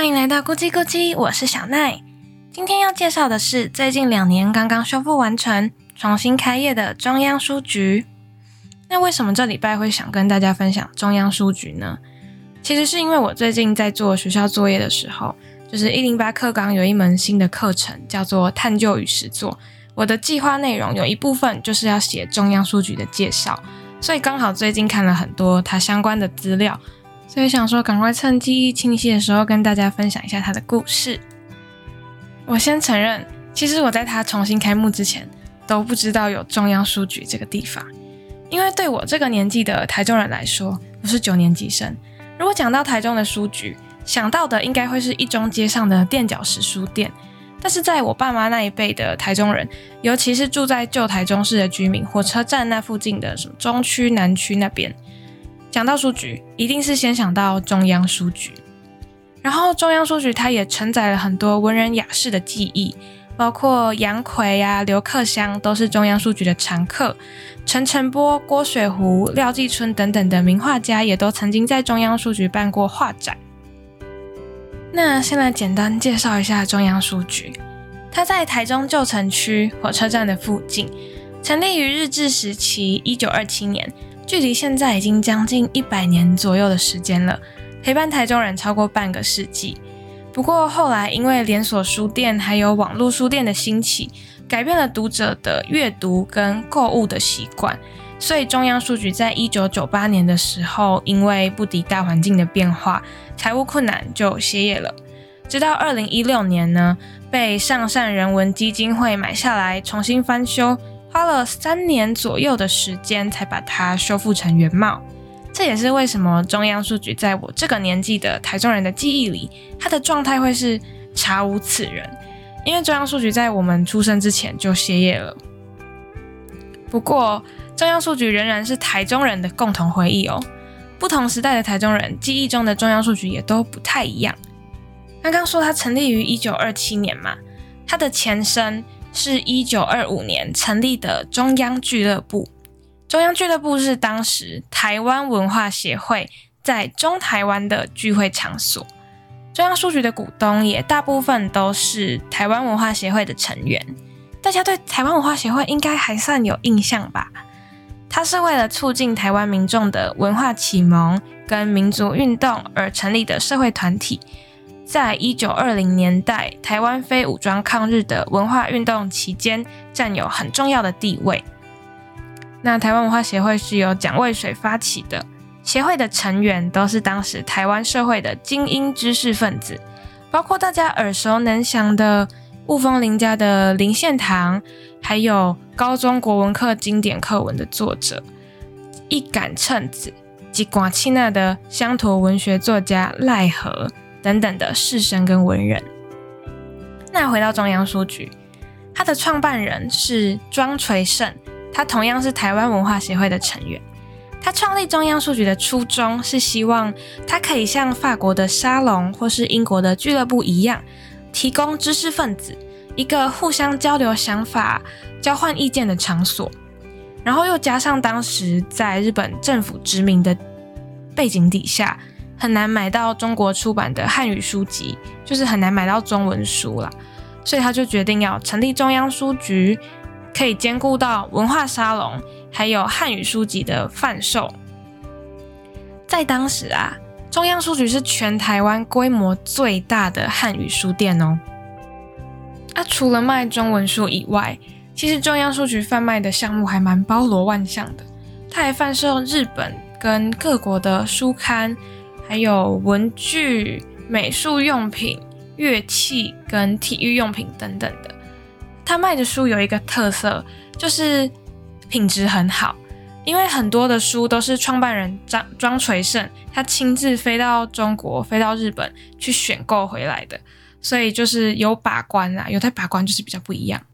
欢迎来到咕叽咕叽，我是小奈。今天要介绍的是最近2年刚刚修复完成、重新开业的中央书局。那为什么这礼拜会想跟大家分享中央书局呢？其实是因为我最近在做学校作业的时候，就是108课纲有一门新的课程叫做探究与实作，我的计划内容有一部分就是要写中央书局的介绍，所以刚好最近看了很多它相关的资料，所以想说赶快趁记忆清晰的时候跟大家分享一下它的故事。我先承认，其实我在它重新开幕之前都不知道有中央书局这个地方，因为对我这个年纪的台中人来说，我是9年级生，如果讲到台中的书局，想到的应该会是一中街上的垫脚石书店，但是在我爸妈那一辈的台中人，尤其是住在旧台中市的居民，火车站那附近的什么中区、南区那边，讲到书局，一定是先想到中央书局。然后中央书局它也承载了很多文人雅士的记忆，包括杨逵啊、刘克襄都是中央书局的常客，陈澄波、郭水湖、廖继春等等的名画家也都曾经在中央书局办过画展。那先来简单介绍一下中央书局，它在台中旧城区火车站的附近，成立于日治时期1927年，距离现在已经将近100年左右的时间了，陪伴台中人超过半个世纪。不过后来因为连锁书店还有网络书店的兴起，改变了读者的阅读跟购物的习惯，所以中央书局在1998年的时候，因为不敌大环境的变化，财务困难就歇业了。直到2016年呢，被上善人文基金会买下来重新翻修，花了3年左右的时间才把它修复成原貌。这也是为什么中央书局在我这个年纪的台中人的记忆里，它的状态会是查无此人，因为中央书局在我们出生之前就歇业了。不过中央书局仍然是台中人的共同回忆哦，不同时代的台中人记忆中的中央书局也都不太一样。刚刚说它成立于1927年嘛，它的前身是1925年成立的中央俱乐部。中央俱乐部是当时台湾文化协会在中台湾的聚会场所，中央书局的股东也大部分都是台湾文化协会的成员。大家对台湾文化协会应该还算有印象吧？它是为了促进台湾民众的文化启蒙跟民族运动而成立的社会团体，在1920年代台湾非武装抗日的文化运动期间占有很重要的地位。那台湾文化协会是由蒋渭水发起的，协会的成员都是当时台湾社会的精英知识分子，包括大家耳熟能详的雾峰林家的林献堂，还有高中国文课经典课文的作者一杆秤子及广清那的乡土文学作家赖和等等的士绅跟文人。那回到中央书局，它的创办人是庄垂胜，他同样是台湾文化协会的成员。他创立中央书局的初衷是希望他可以像法国的沙龙或是英国的俱乐部一样，提供知识分子一个互相交流想法、交换意见的场所。然后又加上当时在日本政府殖民的背景底下，很难买到中国出版的汉语书籍，就是很难买到中文书啦，所以他就决定要成立中央书局，可以兼顾到文化沙龙还有汉语书籍的贩售。在当时啊，中央书局是全台湾规模最大的汉语书店哦。除了卖中文书以外，其实中央书局贩卖的项目还蛮包罗万象的。它还贩售日本跟各国的书刊，还有文具、美术用品、乐器跟体育用品等等的。他卖的书有一个特色，就是品质很好，因为很多的书都是创办人庄垂胜他亲自飞到中国、飞到日本去选购回来的，所以就是有把关啦，有在把关就是比较不一样。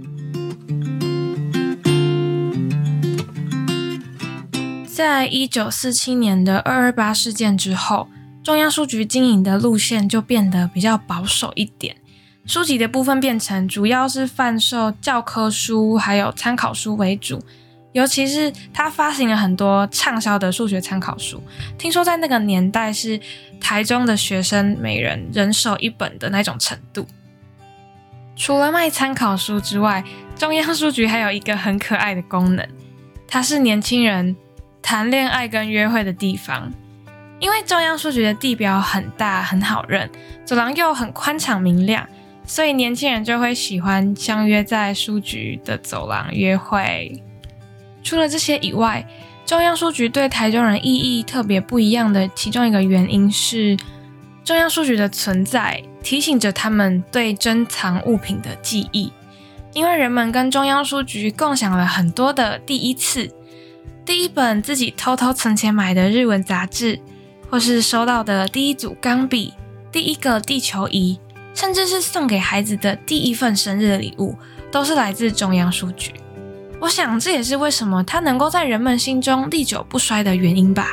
在1947年的228事件之后，中央书局经营的路线就变得比较保守一点，书籍的部分变成主要是贩售教科书还有参考书为主， 尤其是他发行了很多畅销的数学参考书，听说在那个年代是台中的学生每人人手一本的那种程度。除了卖参考书之外，中央书局还有一个很可爱的功能，它是年轻人谈恋爱跟约会的地方。因为中央书局的地标很大很好认，走廊又很宽敞明亮，所以年轻人就会喜欢相约在书局的走廊约会。除了这些以外，中央书局对台中人意义特别不一样的其中一个原因是，中央书局的存在提醒着他们对珍藏物品的记忆。因为人们跟中央书局共享了很多的第一次，第一本自己偷偷存钱买的日文杂志，或是收到的第一组钢笔、第一个地球仪，甚至是送给孩子的第一份生日的礼物，都是来自中央书局。我想这也是为什么它能够在人们心中历久不衰的原因吧。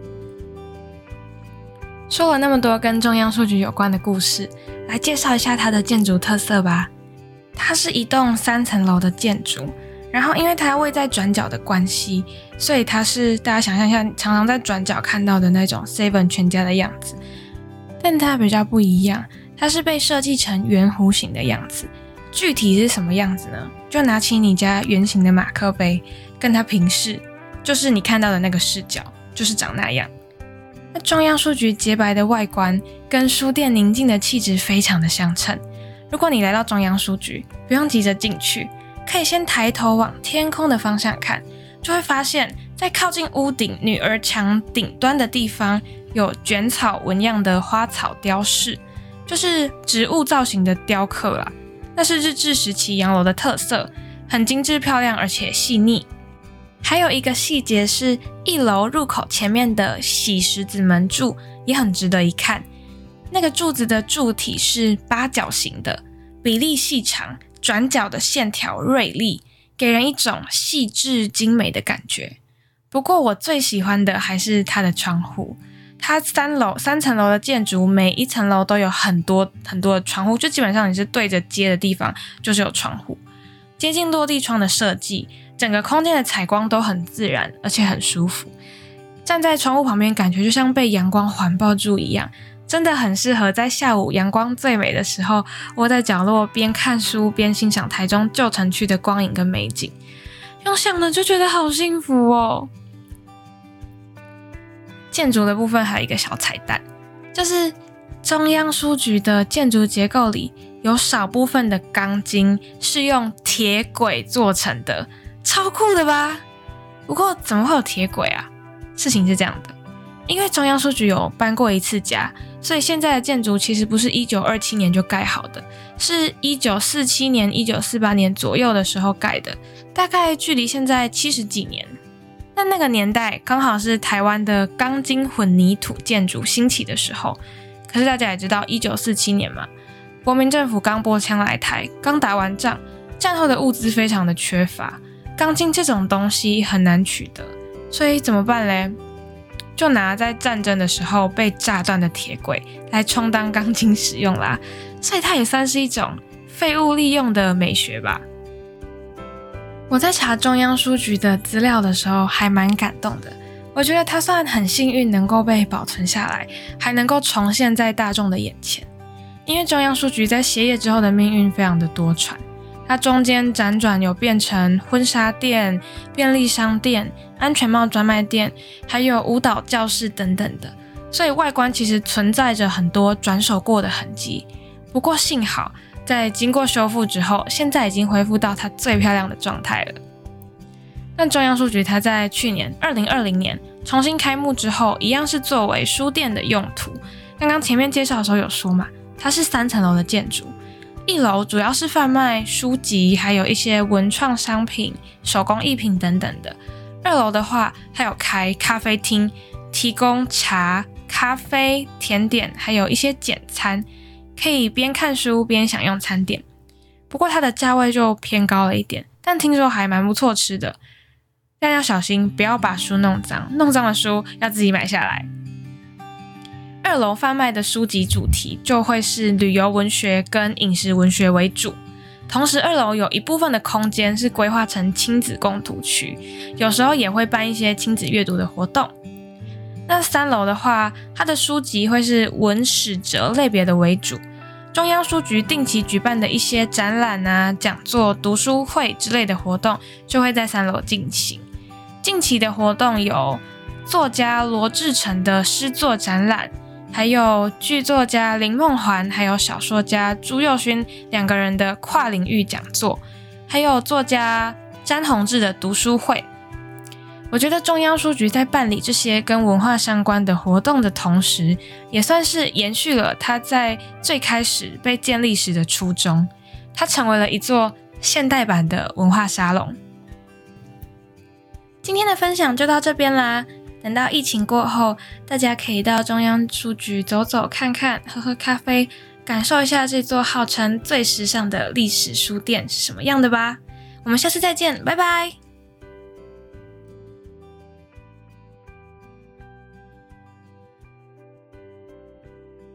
说了那么多跟中央书局有关的故事，来介绍一下它的建筑特色吧。它是一栋3层楼的建筑，然后因为它位在转角的关系，所以它是大家想象一下常常在转角看到的那种 Seven 全家的样子。但它比较不一样，它是被设计成圆弧形的样子。具体是什么样子呢？就拿起你家圆形的马克杯跟它平视，就是你看到的那个视角，就是长那样。那中央书局洁白的外观跟书店宁静的气质非常的相称。如果你来到中央书局，不用急着进去，可以先抬头往天空的方向看，就会发现在靠近屋顶女儿墙顶端的地方有卷草纹样的花草雕饰，就是植物造型的雕刻啦。那是日治时期洋楼的特色，很精致漂亮而且细腻。还有一个细节是1楼入口前面的洗石子门柱也很值得一看。那个柱子的柱体是八角形的，比例细长，转角的线条锐利，给人一种细致精美的感觉。不过我最喜欢的还是它的窗户。它3层楼的建筑，每一层楼都有很多很多的窗户，就基本上你是对着街的地方就是有窗户。接近落地窗的设计，整个空间的采光都很自然，而且很舒服。站在窗户旁边，感觉就像被阳光环抱住一样，真的很适合在下午阳光最美的时候，窝在角落边看书边欣赏台中旧城区的光影跟美景。用想的就觉得好幸福哦。建筑的部分还有一个小彩蛋，就是中央书局的建筑结构里有少部分的钢筋是用铁轨做成的，超酷的吧？不过怎么会有铁轨啊？事情是这样的，因为中央书局有搬过一次家，所以现在的建筑其实不是1927年就盖好的，是1947年、1948年左右的时候盖的，大概距离现在70几年。但那个年代刚好是台湾的钢筋混凝土建筑兴起的时候，可是大家也知道1947年嘛，国民政府刚拨枪来台，刚打完仗，战后的物资非常的缺乏，钢筋这种东西很难取得，所以怎么办嘞？就拿在战争的时候被炸断的铁轨来充当钢筋使用啦，所以它也算是一种废物利用的美学吧。我在查中央书局的资料的时候还蛮感动的，我觉得它算很幸运能够被保存下来，还能够重现在大众的眼前。因为中央书局在歇业之后的命运非常的多舛，它中间辗转有变成婚纱店、便利商店、安全帽专卖店，还有舞蹈教室等等的，所以外观其实存在着很多转手过的痕迹。不过幸好在经过修复之后，现在已经恢复到它最漂亮的状态了。但中央书局它在去年2020年重新开幕之后，一样是作为书店的用途。刚刚前面介绍的时候有说嘛，它是3层楼的建筑，1楼主要是贩卖书籍，还有一些文创商品、手工艺品等等的。2楼的话，还有开咖啡厅，提供茶、咖啡、甜点，还有一些简餐，可以边看书边享用餐点。不过它的价位就偏高了一点，但听说还蛮不错吃的。但要小心，不要把书弄脏，弄脏的书要自己买下来。2楼贩卖的书籍主题就会是旅游文学跟饮食文学为主， 同时2楼有一部分的空间是规划成亲子共读区，有时候也会办一些亲子阅读的活动。那3楼的话，它的书籍会是文史哲类别的为主，中央书局定期举办的一些展览啊、讲座、读书会之类的活动就会在3楼进行。近期的活动有作家罗志诚的诗作展览，还有剧作家林梦环还有小说家朱佑勋2个人的跨领域讲座，还有作家詹宏志的读书会。我觉得中央书局在办理这些跟文化相关的活动的同时，也算是延续了它在最开始被建立时的初衷，它成为了一座现代版的文化沙龙。今天的分享就到这边啦，等到疫情过后，大家可以到中央书局走走看看，喝喝咖啡，感受一下这座号称最时尚的历史书店是什么样的吧。我们下次再见，拜拜。